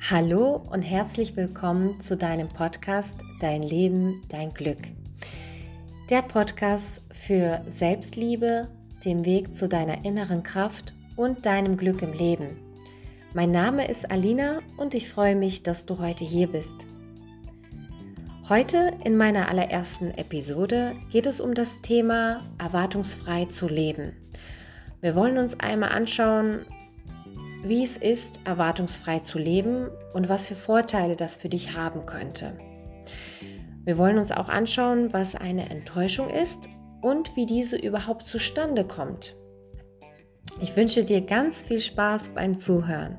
Hallo und herzlich willkommen zu deinem Podcast Dein Leben, dein Glück. Der Podcast für Selbstliebe, dem Weg zu deiner inneren Kraft und deinem Glück im Leben. Mein Name ist Alina und ich freue mich, dass du heute hier bist. Heute in meiner allerersten Episode geht es um das Thema erwartungsfrei zu leben. Wir wollen uns einmal anschauen, wie es ist, erwartungsfrei zu leben und was für Vorteile das für dich haben könnte. Wir wollen uns auch anschauen, was eine Enttäuschung ist und wie diese überhaupt zustande kommt. Ich wünsche dir ganz viel Spaß beim Zuhören.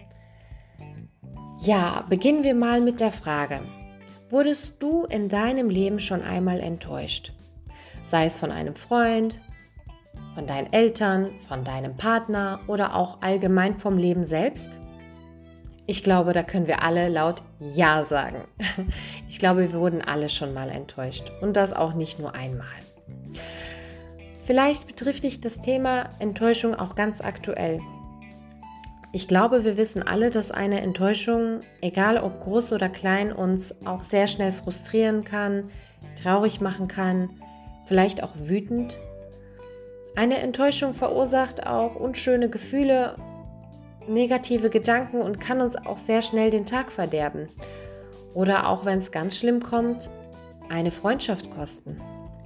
Ja, beginnen wir mal mit der Frage: Wurdest du in deinem Leben schon einmal enttäuscht? Sei es von einem Freund, von deinen Eltern, von deinem Partner oder auch allgemein vom Leben selbst? Ich glaube, da können wir alle laut Ja sagen. Ich glaube, wir wurden alle schon mal enttäuscht und das auch nicht nur einmal. Vielleicht betrifft dich das Thema Enttäuschung auch ganz aktuell. Ich glaube, wir wissen alle, dass eine Enttäuschung, egal ob groß oder klein, uns auch sehr schnell frustrieren kann, traurig machen kann, vielleicht auch wütend. Eine Enttäuschung verursacht auch unschöne Gefühle, negative Gedanken und kann uns auch sehr schnell den Tag verderben. Oder auch, wenn es ganz schlimm kommt, eine Freundschaft kosten.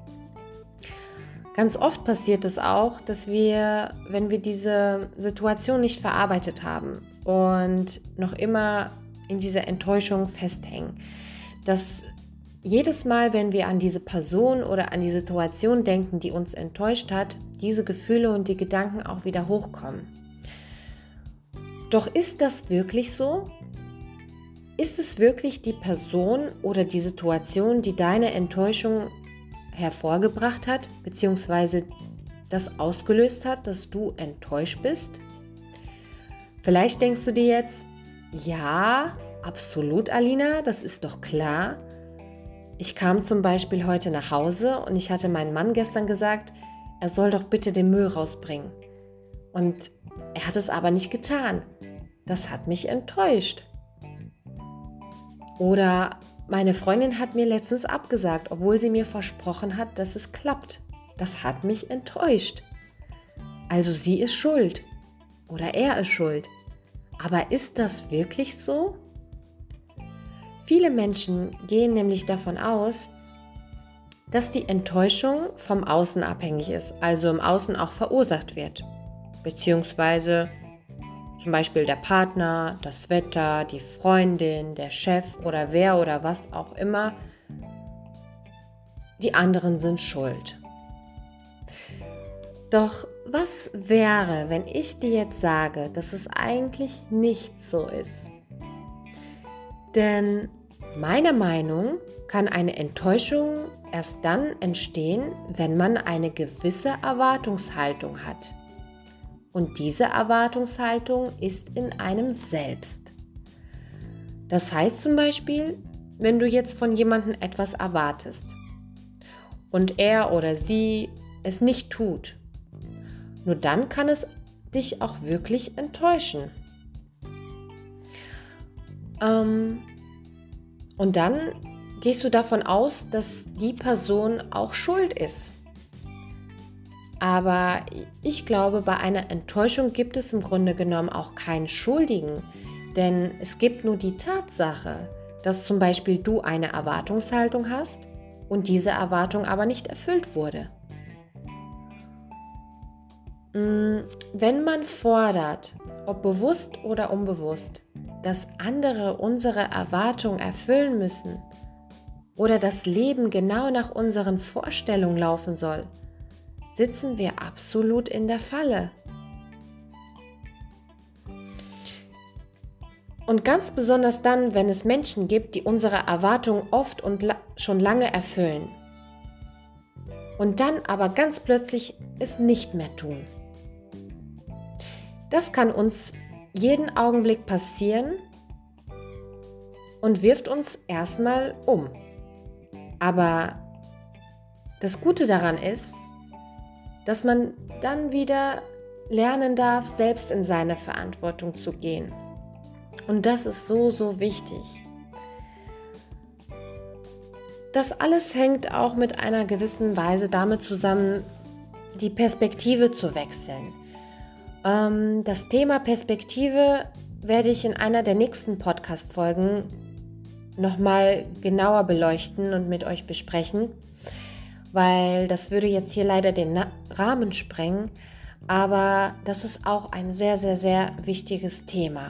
Ganz oft passiert es auch, dass wir, wenn wir diese Situation nicht verarbeitet haben und noch immer in dieser Enttäuschung festhängen, dass jedes Mal, wenn wir an diese Person oder an die Situation denken, die uns enttäuscht hat, diese Gefühle und die Gedanken auch wieder hochkommen. Doch ist das wirklich so? Ist es wirklich die Person oder die Situation, die deine Enttäuschung hervorgebracht hat, beziehungsweise das ausgelöst hat, dass du enttäuscht bist? Vielleicht denkst du dir jetzt: Ja, absolut, Alina, das ist doch klar. Ich kam zum Beispiel heute nach Hause und ich hatte meinem Mann gestern gesagt, er soll doch bitte den Müll rausbringen. Und er hat es aber nicht getan. Das hat mich enttäuscht. Oder meine Freundin hat mir letztens abgesagt, obwohl sie mir versprochen hat, dass es klappt. Das hat mich enttäuscht. Also sie ist schuld. Oder er ist schuld. Aber ist das wirklich so? Viele Menschen gehen nämlich davon aus, dass die Enttäuschung vom Außen abhängig ist, also im Außen auch verursacht wird. Beziehungsweise zum Beispiel der Partner, das Wetter, die Freundin, der Chef oder wer oder was auch immer. Die anderen sind schuld. Doch was wäre, wenn ich dir jetzt sage, dass es eigentlich nicht so ist? Denn meiner Meinung nach kann eine Enttäuschung erst dann entstehen, wenn man eine gewisse Erwartungshaltung hat. Und diese Erwartungshaltung ist in einem selbst. Das heißt zum Beispiel, wenn du jetzt von jemandem etwas erwartest und er oder sie es nicht tut, nur dann kann es dich auch wirklich enttäuschen. Und dann gehst du davon aus, dass die Person auch schuld ist. Aber ich glaube, bei einer Enttäuschung gibt es im Grunde genommen auch keinen Schuldigen. Denn es gibt nur die Tatsache, dass zum Beispiel du eine Erwartungshaltung hast und diese Erwartung aber nicht erfüllt wurde. Wenn man fordert, ob bewusst oder unbewusst, dass andere unsere Erwartungen erfüllen müssen oder das Leben genau nach unseren Vorstellungen laufen soll, sitzen wir absolut in der Falle. Und ganz besonders dann, wenn es Menschen gibt, die unsere Erwartungen oft und schon lange erfüllen und dann aber ganz plötzlich es nicht mehr tun. Das kann uns jeden Augenblick passieren und wirft uns erstmal um. Aber das Gute daran ist, dass man dann wieder lernen darf, selbst in seine Verantwortung zu gehen. Und das ist so, so wichtig. Das alles hängt auch mit einer gewissen Weise damit zusammen, die Perspektive zu wechseln. Das Thema Perspektive werde ich in einer der nächsten Podcast-Folgen nochmal genauer beleuchten und mit euch besprechen, weil das würde jetzt hier leider den Rahmen sprengen, aber das ist auch ein sehr, sehr, sehr wichtiges Thema.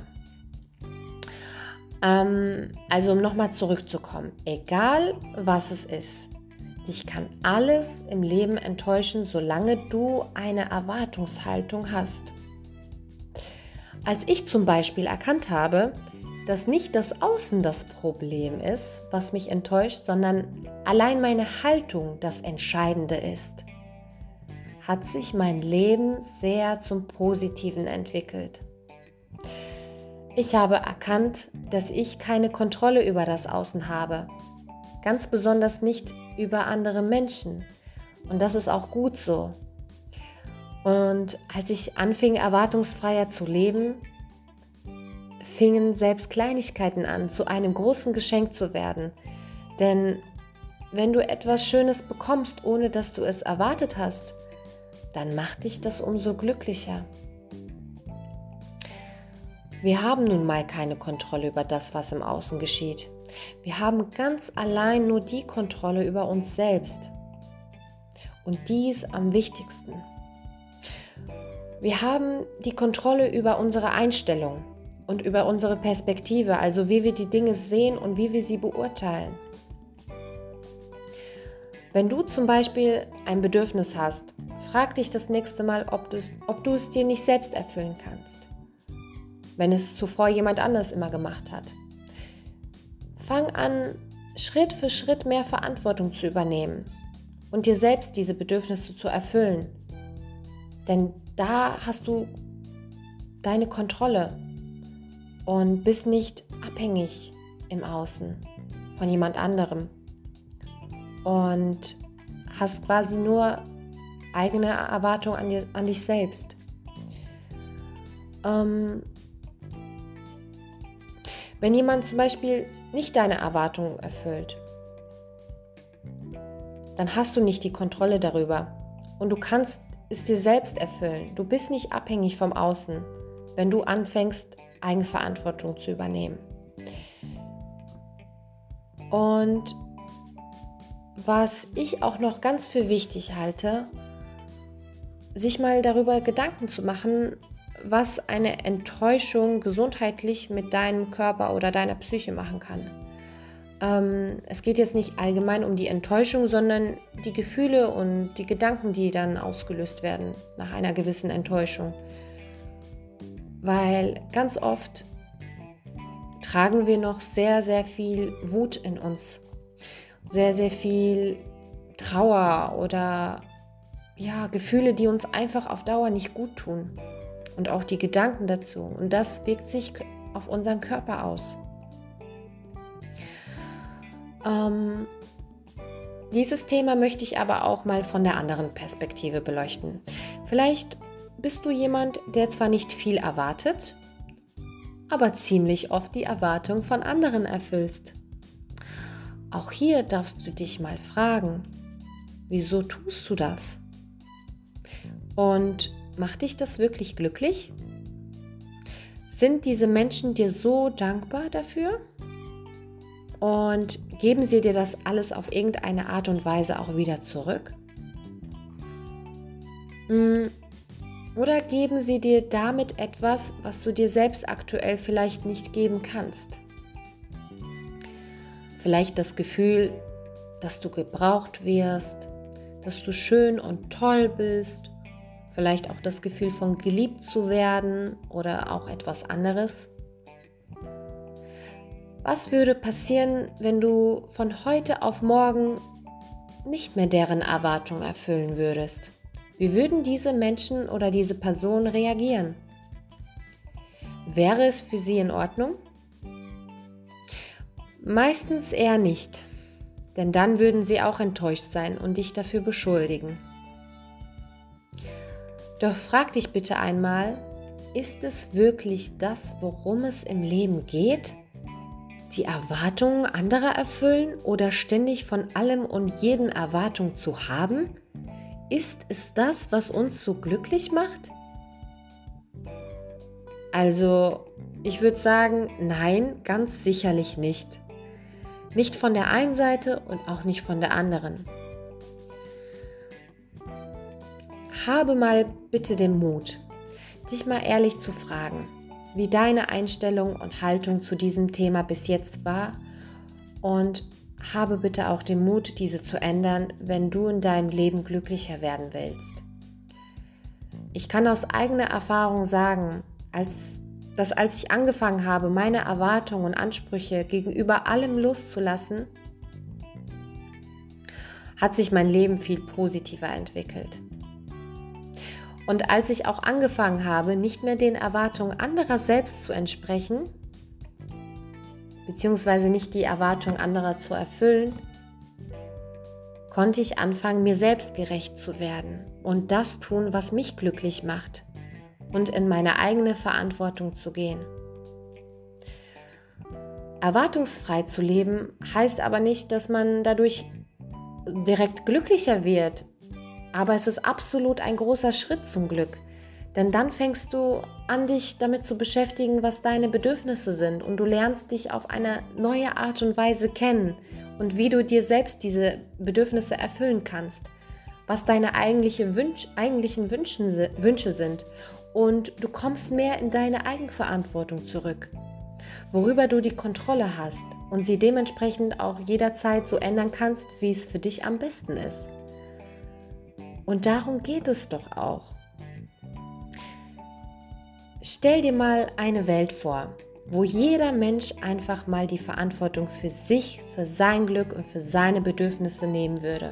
Also um nochmal zurückzukommen, egal was es ist, dich kann alles im Leben enttäuschen, solange du eine Erwartungshaltung hast. Als ich zum Beispiel erkannt habe, dass nicht das Außen das Problem ist, was mich enttäuscht, sondern allein meine Haltung das Entscheidende ist, hat sich mein Leben sehr zum Positiven entwickelt. Ich habe erkannt, dass ich keine Kontrolle über das Außen habe, ganz besonders nicht über andere Menschen. Und das ist auch gut so. Und als ich anfing, erwartungsfreier zu leben, fingen selbst Kleinigkeiten an, zu einem großen Geschenk zu werden. Denn wenn du etwas Schönes bekommst, ohne dass du es erwartet hast, dann macht dich das umso glücklicher. Wir haben nun mal keine Kontrolle über das, was im Außen geschieht. Wir haben ganz allein nur die Kontrolle über uns selbst. Und die ist am wichtigsten. Wir haben die Kontrolle über unsere Einstellung und über unsere Perspektive, also wie wir die Dinge sehen und wie wir sie beurteilen. Wenn du zum Beispiel ein Bedürfnis hast, frag dich das nächste Mal, ob du es dir nicht selbst erfüllen kannst, wenn es zuvor jemand anders immer gemacht hat. Fang an, Schritt für Schritt mehr Verantwortung zu übernehmen und dir selbst diese Bedürfnisse zu erfüllen. Denn da hast du deine Kontrolle und bist nicht abhängig im Außen von jemand anderem und hast quasi nur eigene Erwartungen an dich selbst. Wenn jemand zum Beispiel nicht deine Erwartungen erfüllt, dann hast du nicht die Kontrolle darüber und du kannst es dir selbst erfüllen. Du bist nicht abhängig vom Außen, wenn du anfängst, Eigenverantwortung zu übernehmen. Und was ich auch noch ganz für wichtig halte, sich mal darüber Gedanken zu machen, was eine Enttäuschung gesundheitlich mit deinem Körper oder deiner Psyche machen kann. Es geht jetzt nicht allgemein um die Enttäuschung, sondern die Gefühle und die Gedanken, die dann ausgelöst werden nach einer gewissen Enttäuschung. Weil ganz oft tragen wir noch sehr, sehr viel Wut in uns, sehr, sehr viel Trauer oder Gefühle, die uns einfach auf Dauer nicht gut tun. Und auch die Gedanken dazu. Und das wirkt sich auf unseren Körper aus. Dieses Thema möchte ich aber auch mal von der anderen Perspektive beleuchten. Vielleicht bist du jemand, der zwar nicht viel erwartet, aber ziemlich oft die Erwartung von anderen erfüllst. Auch hier darfst du dich mal fragen, wieso tust du das? Und macht dich das wirklich glücklich? Sind diese Menschen dir so dankbar dafür? Und geben sie dir das alles auf irgendeine Art und Weise auch wieder zurück? Oder geben sie dir damit etwas, was du dir selbst aktuell vielleicht nicht geben kannst? Vielleicht das Gefühl, dass du gebraucht wirst, dass du schön und toll bist, vielleicht auch das Gefühl von geliebt zu werden oder auch etwas anderes. Was würde passieren, wenn du von heute auf morgen nicht mehr deren Erwartungen erfüllen würdest? Wie würden diese Menschen oder diese Person reagieren? Wäre es für sie in Ordnung? Meistens eher nicht, denn dann würden sie auch enttäuscht sein und dich dafür beschuldigen. Doch frag dich bitte einmal, ist es wirklich das, worum es im Leben geht? Die Erwartungen anderer erfüllen oder ständig von allem und jedem Erwartung zu haben? Ist es das, was uns so glücklich macht? Also, ich würde sagen, nein, ganz sicherlich nicht. Nicht von der einen Seite und auch nicht von der anderen. Habe mal bitte den Mut, dich mal ehrlich zu fragen, wie deine Einstellung und Haltung zu diesem Thema bis jetzt war, und habe bitte auch den Mut, diese zu ändern, wenn du in deinem Leben glücklicher werden willst. Ich kann aus eigener Erfahrung sagen, als ich angefangen habe, meine Erwartungen und Ansprüche gegenüber allem loszulassen, hat sich mein Leben viel positiver entwickelt. Und als ich auch angefangen habe, nicht mehr den Erwartungen anderer selbst zu entsprechen, beziehungsweise nicht die Erwartungen anderer zu erfüllen, konnte ich anfangen, mir selbst gerecht zu werden und das tun, was mich glücklich macht und in meine eigene Verantwortung zu gehen. Erwartungsfrei zu leben heißt aber nicht, dass man dadurch direkt glücklicher wird. Aber es ist absolut ein großer Schritt zum Glück, denn dann fängst du an, dich damit zu beschäftigen, was deine Bedürfnisse sind, und du lernst dich auf eine neue Art und Weise kennen und wie du dir selbst diese Bedürfnisse erfüllen kannst, was deine eigentlichen Wünsche sind, und du kommst mehr in deine Eigenverantwortung zurück, worüber du die Kontrolle hast und sie dementsprechend auch jederzeit so ändern kannst, wie es für dich am besten ist. Und darum geht es doch auch. Stell dir mal eine Welt vor, wo jeder Mensch einfach mal die Verantwortung für sich, für sein Glück und für seine Bedürfnisse nehmen würde.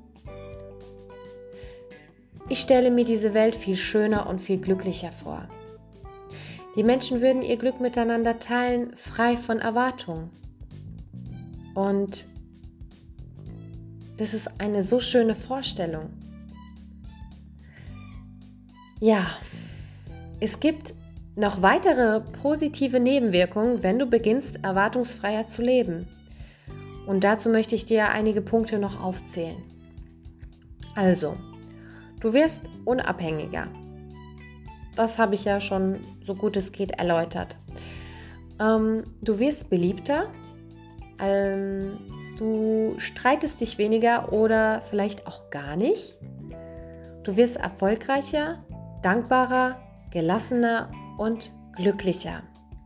Ich stelle mir diese Welt viel schöner und viel glücklicher vor. Die Menschen würden ihr Glück miteinander teilen, frei von Erwartungen. Und das ist eine so schöne Vorstellung. Ja, es gibt noch weitere positive Nebenwirkungen, wenn du beginnst, erwartungsfreier zu leben. Und dazu möchte ich dir einige Punkte noch aufzählen. Also, du wirst unabhängiger. Das habe ich ja schon so gut es geht erläutert. Du wirst beliebter. Du streitest dich weniger oder vielleicht auch gar nicht. Du wirst erfolgreicher, dankbarer, gelassener und glücklicher.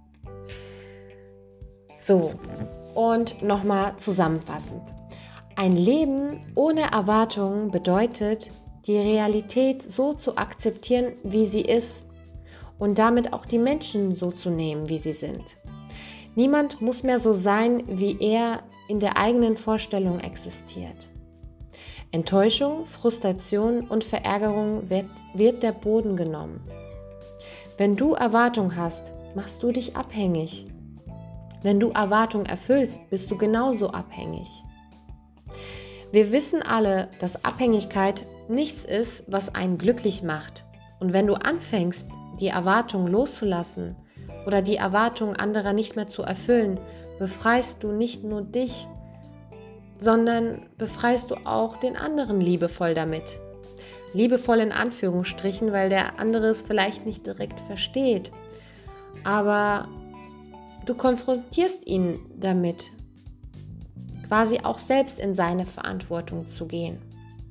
So, und nochmal zusammenfassend. Ein Leben ohne Erwartungen bedeutet, die Realität so zu akzeptieren, wie sie ist, und damit auch die Menschen so zu nehmen, wie sie sind. Niemand muss mehr so sein, wie er in der eigenen Vorstellung existiert. Enttäuschung, Frustration und Verärgerung wird der Boden genommen. Wenn du Erwartung hast, machst du dich abhängig. Wenn du Erwartung erfüllst, bist du genauso abhängig. Wir wissen alle, dass Abhängigkeit nichts ist, was einen glücklich macht. Und wenn du anfängst, die Erwartung loszulassen oder die Erwartungen anderer nicht mehr zu erfüllen, befreist du nicht nur dich, sondern befreist du auch den anderen liebevoll damit. Liebevoll in Anführungsstrichen, weil der andere es vielleicht nicht direkt versteht. Aber du konfrontierst ihn damit, quasi auch selbst in seine Verantwortung zu gehen.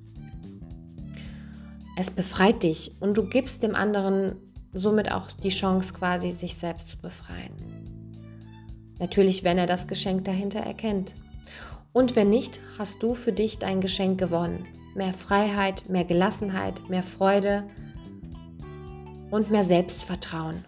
Es befreit dich und du gibst dem anderen somit auch die Chance, quasi sich selbst zu befreien. Natürlich, wenn er das Geschenk dahinter erkennt. Und wenn nicht, hast du für dich dein Geschenk gewonnen. Mehr Freiheit, mehr Gelassenheit, mehr Freude und mehr Selbstvertrauen.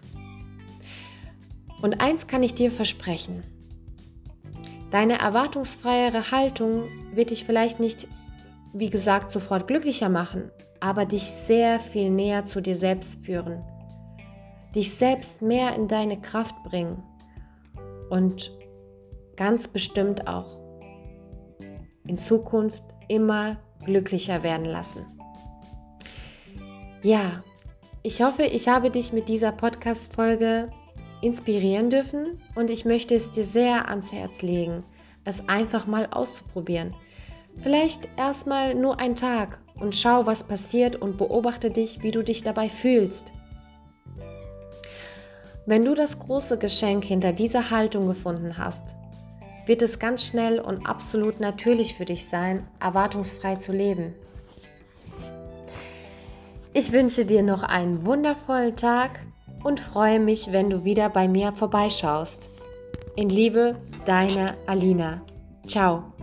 Und eins kann ich dir versprechen: Deine erwartungsfreiere Haltung wird dich vielleicht nicht, wie gesagt, sofort glücklicher machen, aber dich sehr viel näher zu dir selbst führen, dich selbst mehr in deine Kraft bringen und ganz bestimmt auch in Zukunft immer glücklicher werden lassen. Ja, Ich hoffe, ich habe dich mit dieser Podcast-Folge inspirieren dürfen und ich möchte es dir sehr ans Herz legen, es einfach mal auszuprobieren. Vielleicht erstmal nur einen Tag und schau, was passiert und beobachte dich, wie du dich dabei fühlst. Wenn du das große Geschenk hinter dieser Haltung gefunden hast, wird es ganz schnell und absolut natürlich für dich sein, erwartungsfrei zu leben. Ich wünsche dir noch einen wundervollen Tag und freue mich, wenn du wieder bei mir vorbeischaust. In Liebe, deine Alina. Ciao.